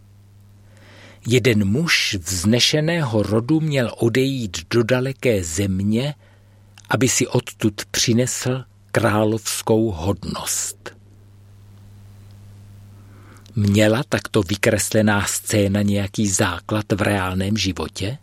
Jeden muž vznešeného rodu měl odejít do daleké země, aby si odtud přinesl královskou hodnost. Měla takto vykreslená scéna nějaký základ v reálném životě?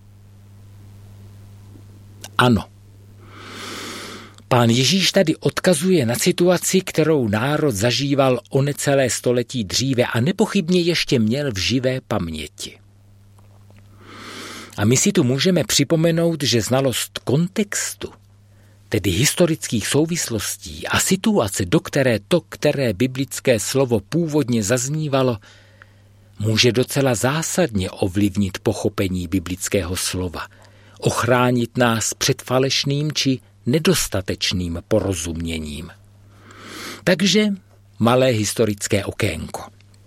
Ano. Pán Ježíš tady odkazuje na situaci, kterou národ zažíval o necelé století dříve a nepochybně ještě měl v živé paměti. A my si tu můžeme připomenout, že znalost kontextu, tedy historických souvislostí a situace, do které to, které biblické slovo původně zaznívalo, může docela zásadně ovlivnit pochopení biblického slova, ochránit nás před falešným či nedostatečným porozuměním. Takže malé historické okénko.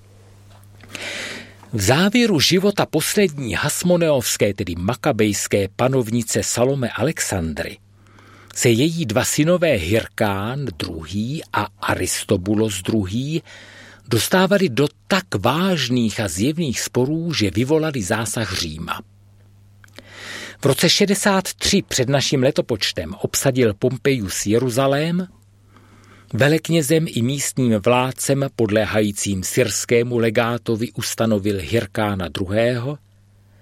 V závěru života poslední hasmoneovské, tedy makabejské panovnice Salome Alexandry, se její dva synové Hirkán druhý a Aristobulos druhý dostávali do tak vážných a zjevných sporů, že vyvolali zásah Říma. V roce šedesát tři před naším letopočtem obsadil Pompejus Jeruzalém, veleknězem i místním vládcem podléhajícím syrskému legátovi ustanovil Hirkána druhého.,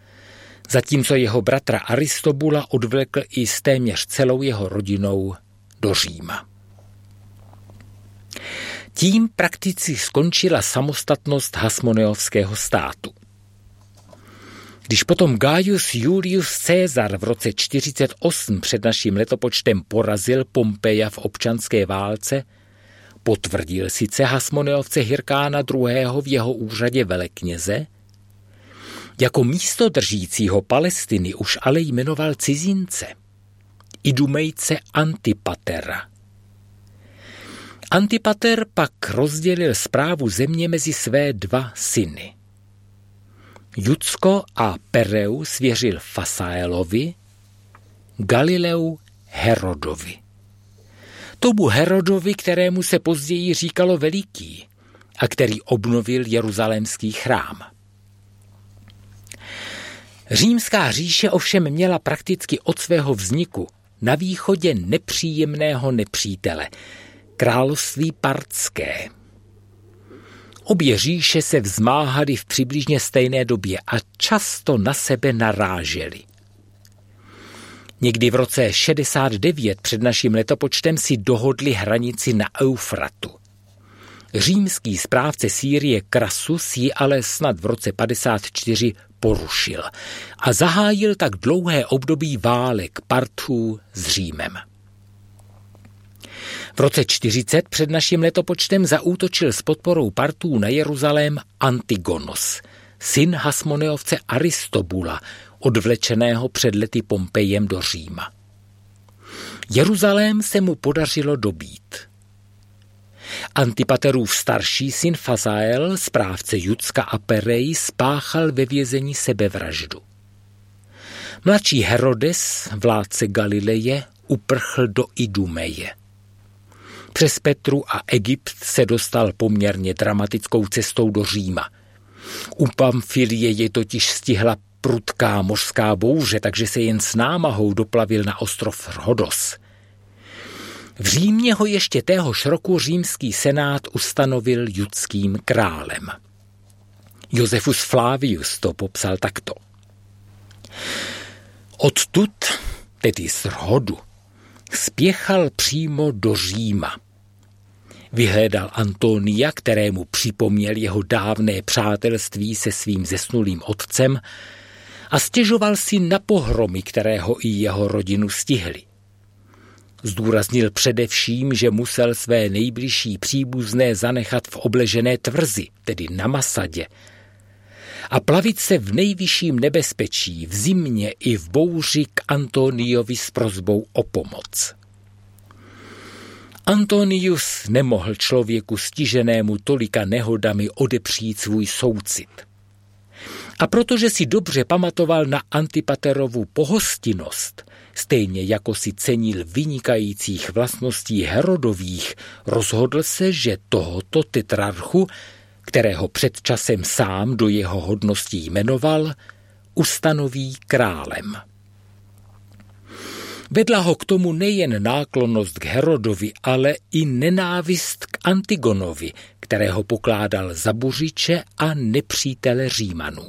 zatímco jeho bratra Aristobula odvlekl i s téměř celou jeho rodinou do Říma. Tím prakticky skončila samostatnost Hasmoneovského státu. Když potom Gaius Julius Caesar v roce čtyřicet osm před naším letopočtem porazil Pompeja v občanské válce, potvrdil sice Hasmoneovce Hyrkána druhého. v jeho úřadě velekněze, jako místodržícího Palestiny už ale jmenoval cizince, Idumejce Antipatera. Antipater pak rozdělil správu země mezi své dva syny. Judsko a Pereu svěřil Fasaelovi, Galileu Herodovi. Tomu Herodovi, kterému se později říkalo Veliký a který obnovil jeruzalémský chrám. Římská říše ovšem měla prakticky od svého vzniku na východě nepříjemného nepřítele, království partské. Obě říše se vzmáhaly v přibližně stejné době a často na sebe narážely. Někdy v roce šedesát devět před naším letopočtem si dohodli hranici na Eufratu. Římský správce Sýrie Krasus ji ale snad v roce padesát čtyři porušil a zahájil tak dlouhé období válek Partů s Římem. V roce čtyřicet před naším letopočtem zaútočil s podporou Partů na Jeruzalém Antigonos, syn Hasmoneovce Aristobula, odvlečeného před lety Pompejem do Říma. Jeruzalém se mu podařilo dobít. Antipaterův starší syn Fasael, správce Judska a Pereji, spáchal ve vězení sebevraždu. Mladší Herodes, vládce Galileje, uprchl do Idumeje. Přes Petru a Egypt se dostal poměrně dramatickou cestou do Říma. U Pamfilie je totiž stihla prudká mořská bouře, takže se jen s námahou doplavil na ostrov Rhodos. V Římě ho ještě téhož roku římský senát ustanovil judským králem. Josefus Flavius to popsal takto. Odtud, tedy z Rhodu, spěchal přímo do Říma. Vyhledal Antonia, kterému připomněl jeho dávné přátelství se svým zesnulým otcem, a stěžoval si na pohromy, které ho i jeho rodinu stihly. Zdůraznil především, že musel své nejbližší příbuzné zanechat v obležené tvrzi, tedy na Masadě, a plavit se v nejvyšším nebezpečí, v zimě i v bouři k Antoniovi s prosbou o pomoc. Antonius nemohl člověku stiženému tolika nehodami odepřít svůj soucit. A protože si dobře pamatoval na Antipaterovu pohostinnost, stejně jako si cenil vynikajících vlastností Herodových, rozhodl se, že tohoto tetrarchu, kterého před časem sám do jeho hodností jmenoval, ustanoví králem. Vedla ho k tomu nejen náklonnost k Herodovi, ale i nenávist k Antigonovi, kterého pokládal za buřiče a nepřítele Římanů.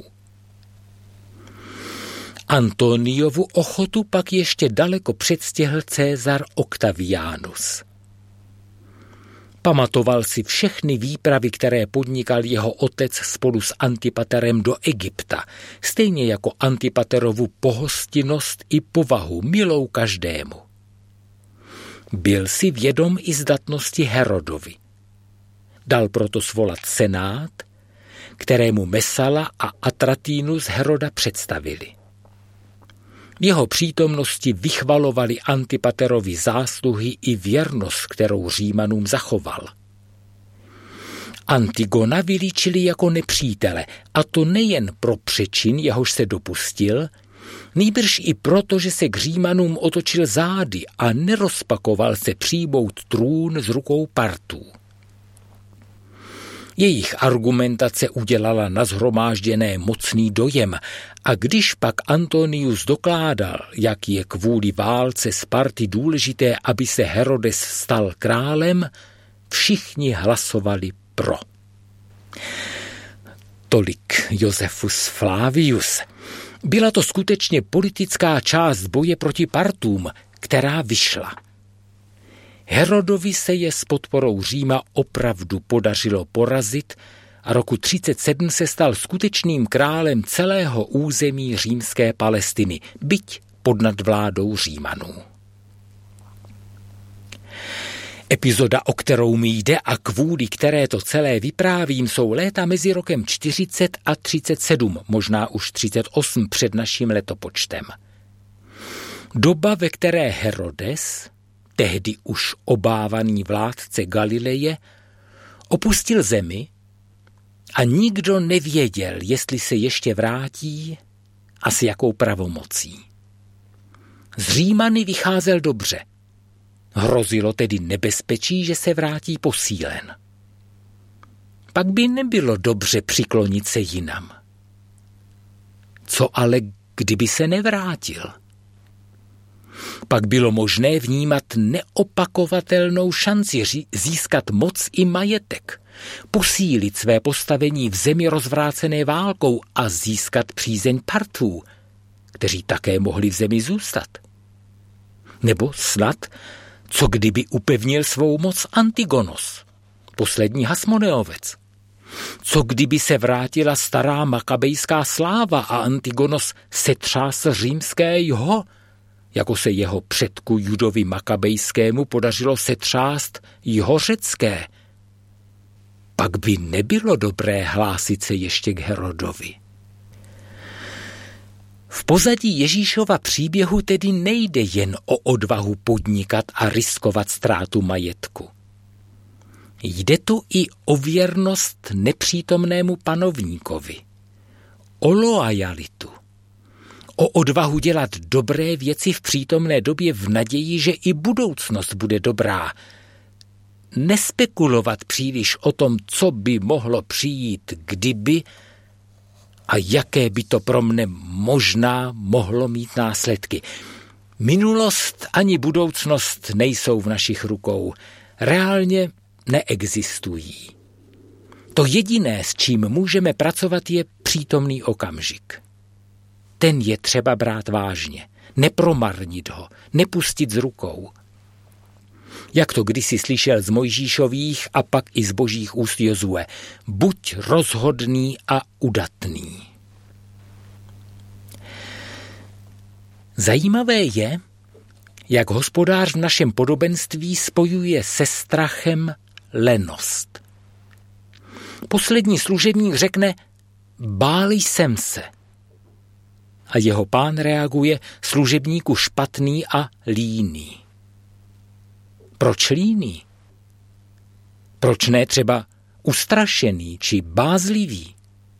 Antoniovu ochotu pak ještě daleko předstihl César Octavianus. Pamatoval si všechny výpravy, které podnikal jeho otec spolu s Antipaterem do Egypta, stejně jako Antipaterovu pohostinnost i povahu milou každému. Byl si vědom i zdatnosti Herodovi. Dal proto svolat senát, kterému Mesala a Atratinus Heroda představili. V jeho přítomnosti vychvalovali Antipaterovi zásluhy i věrnost, kterou Římanům zachoval. Antigona vylíčili jako nepřítele, a to nejen pro přečin, jehož se dopustil, nýbrž i proto, že se k Římanům otočil zády a nerozpakoval se přijmout trůn z rukou Partů. Jejich argumentace udělala na shromážděné mocný dojem a když pak Antonius dokládal, jak je kvůli válce Sparty důležité, aby se Herodes stal králem, všichni hlasovali pro. Tolik Josefus Flavius. Byla to skutečně politická část boje proti Partům, která vyšla. Herodovi se je s podporou Říma opravdu podařilo porazit a roku třicet sedm se stal skutečným králem celého území římské Palestiny, byť pod nadvládou Římanů. Epizoda, o kterou mi jde a kvůli které to celé vyprávím, jsou léta mezi rokem čtyřicet a třicet sedm, možná už třicet osm před naším letopočtem. Doba, ve které Herodes, tehdy už obávaný vládce Galileje, opustil zemi a nikdo nevěděl, jestli se ještě vrátí a s jakou pravomocí. Z Římany vycházel dobře. Hrozilo tedy nebezpečí, že se vrátí posílen. Pak by nebylo dobře přiklonit se jinam. Co ale, kdyby se nevrátil? Pak bylo možné vnímat neopakovatelnou šanci získat moc i majetek, posílit své postavení v zemi rozvrácené válkou a získat přízeň Partů, kteří také mohli v zemi zůstat. Nebo snad, co kdyby upevnil svou moc Antigonos, poslední Hasmoneovec? Co kdyby se vrátila stará makabejská sláva a Antigonos setřásl římské jho, jako se jeho předku Judovi Makabejskému podařilo setřást jho řecké? Pak by nebylo dobré hlásit se ještě k Herodovi. V pozadí Ježíšova příběhu tedy nejde jen o odvahu podnikat a riskovat ztrátu majetku. Jde tu i o věrnost nepřítomnému panovníkovi, o loajalitu, o odvahu dělat dobré věci v přítomné době v naději, že i budoucnost bude dobrá. Nespekulovat příliš o tom, co by mohlo přijít, kdyby a jaké by to pro mne možná mohlo mít následky. Minulost ani budoucnost nejsou v našich rukou. Reálně neexistují. To jediné, s čím můžeme pracovat, je přítomný okamžik. Ten je třeba brát vážně, nepromarnit ho, nepustit z rukou. Jak to kdysi slyšel z Mojžíšových a pak i z božích úst Jozue, buď rozhodný a udatný. Zajímavé je, jak Hospodář v našem podobenství spojuje se strachem lenost. Poslední služebník řekne, bál jsem se. A jeho pán reaguje, služebníku špatný a líný. Proč líný? Proč ne třeba ustrašený či bázlivý?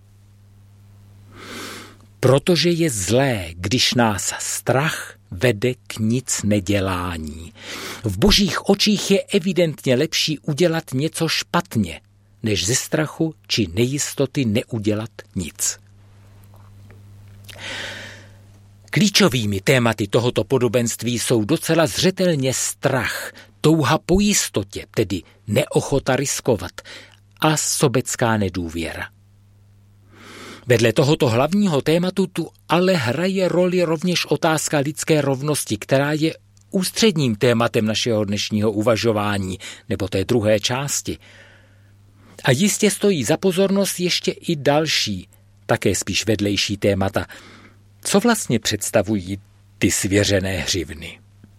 Protože je zlé, když nás strach vede k nic nedělání. V božích očích je evidentně lepší udělat něco špatně, než ze strachu či nejistoty neudělat nic. Klíčovými tématy tohoto podobenství jsou docela zřetelně strach, touha po jistotě, tedy neochota riskovat, a sobecká nedůvěra. Vedle tohoto hlavního tématu tu ale hraje roli rovněž otázka lidské rovnosti, která je ústředním tématem našeho dnešního uvažování, nebo té druhé části. A jistě stojí za pozornost ještě i další, také spíš vedlejší témata. Co vlastně představují ty svěřené hřivny?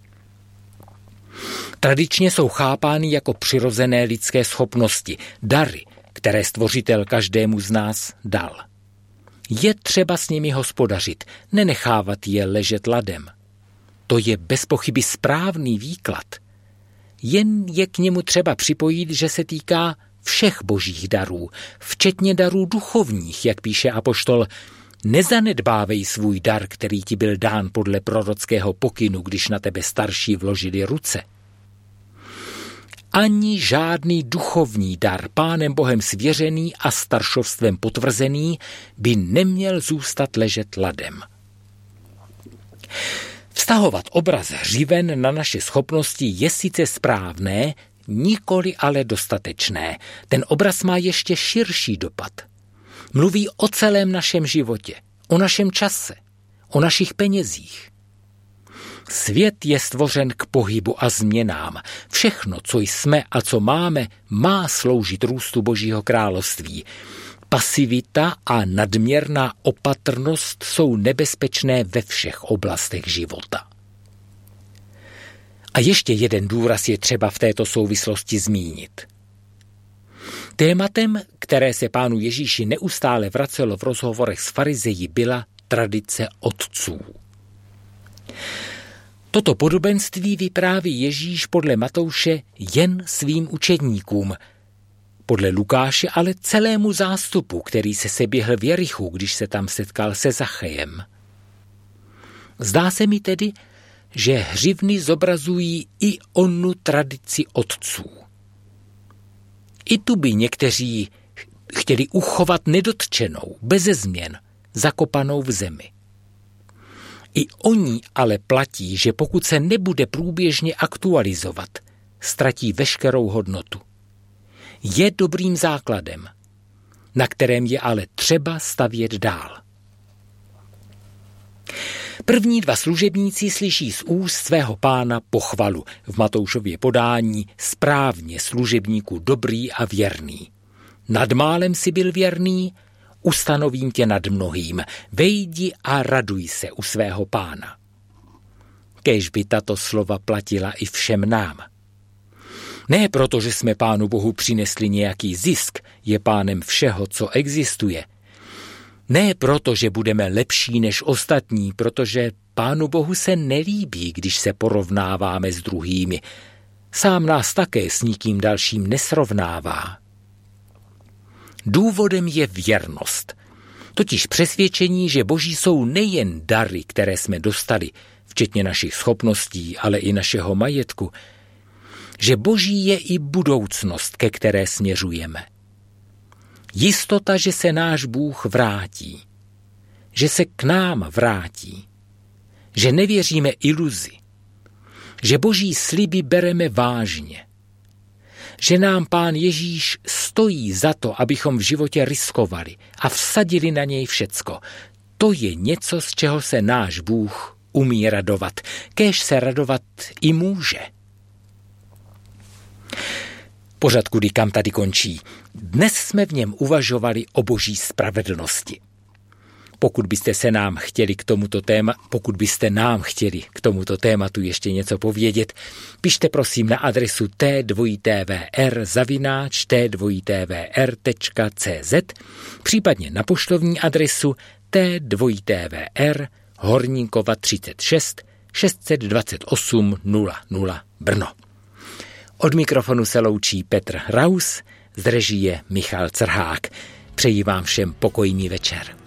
Tradičně jsou chápány jako přirozené lidské schopnosti, dary, které Stvořitel každému z nás dal. Je třeba s nimi hospodařit, nenechávat je ležet ladem. To je bez pochyby správný výklad. Jen je k němu třeba připojit, že se týká všech božích darů, včetně darů duchovních, jak píše apoštol, nezanedbávej svůj dar, který ti byl dán podle prorockého pokynu, když na tebe starší vložili ruce. Ani žádný duchovní dar, Pánem Bohem svěřený a staršovstvem potvrzený, by neměl zůstat ležet ladem. Vztahovat obraz hřiven na naše schopnosti je sice správné, nikoli ale dostatečné. Ten obraz má ještě širší dopad. Mluví o celém našem životě, o našem čase, o našich penězích. Svět je stvořen k pohybu a změnám. Všechno, co jsme a co máme, má sloužit růstu Božího království. Pasivita a nadměrná opatrnost jsou nebezpečné ve všech oblastech života. A ještě jeden důraz je třeba v této souvislosti zmínit. Tématem, které se Pánu Ježíši neustále vracelo v rozhovorech s farizeji, byla tradice otců. Toto podobenství vypráví Ježíš podle Matouše jen svým učedníkům, podle Lukáše ale celému zástupu, který se seběhl v Jerichu, když se tam setkal se Zachejem. Zdá se mi tedy, že hřivny zobrazují i onu tradici otců. I tu by někteří chtěli uchovat nedotčenou, beze změn, zakopanou v zemi. I oni ale platí, že pokud se nebude průběžně aktualizovat, ztratí veškerou hodnotu. Je dobrým základem, na kterém je ale třeba stavět dál. První dva služebníci slyší z úst svého pána pochvalu. V Matoušově podání správně služebníku dobrý a věrný. Nad málem si byl věrný, ustanovím tě nad mnohým. Vejdi a raduj se u svého pána. Kéž by tato slova platila i všem nám. Ne proto, že jsme Pánu Bohu přinesli nějaký zisk, je pánem všeho, co existuje. Ne proto, že budeme lepší než ostatní, protože Pánu Bohu se nelíbí, když se porovnáváme s druhými. Sám nás také s nikým dalším nesrovnává. Důvodem je věrnost, totiž přesvědčení, že Boží jsou nejen dary, které jsme dostali, včetně našich schopností, ale i našeho majetku, že Boží je i budoucnost, ke které směřujeme. Jistota, že se náš Bůh vrátí, že se k nám vrátí, že nevěříme iluzi, že Boží sliby bereme vážně, že nám Pán Ježíš stojí za to, abychom v životě riskovali a vsadili na něj všecko. To je něco, z čeho se náš Bůh umí radovat, kéž se radovat i může. Pořad Kudy kam tady končí. Dnes jsme v něm uvažovali o Boží spravedlnosti. Pokud byste se nám chtěli k tomuto téma, pokud byste nám chtěli k tomuto tématu ještě něco povědět, pište prosím na adresu t dvojité té vé er zavináč t dvojité té vé er tečka cé zet, případně na poštovní adresu t dvojité té vé er Horníkova třicet šest šest set dvacet osm nula nula Brno. Od mikrofonu se loučí Petr Raus, z režie Michal Crhák. Přeji vám všem pokojný večer.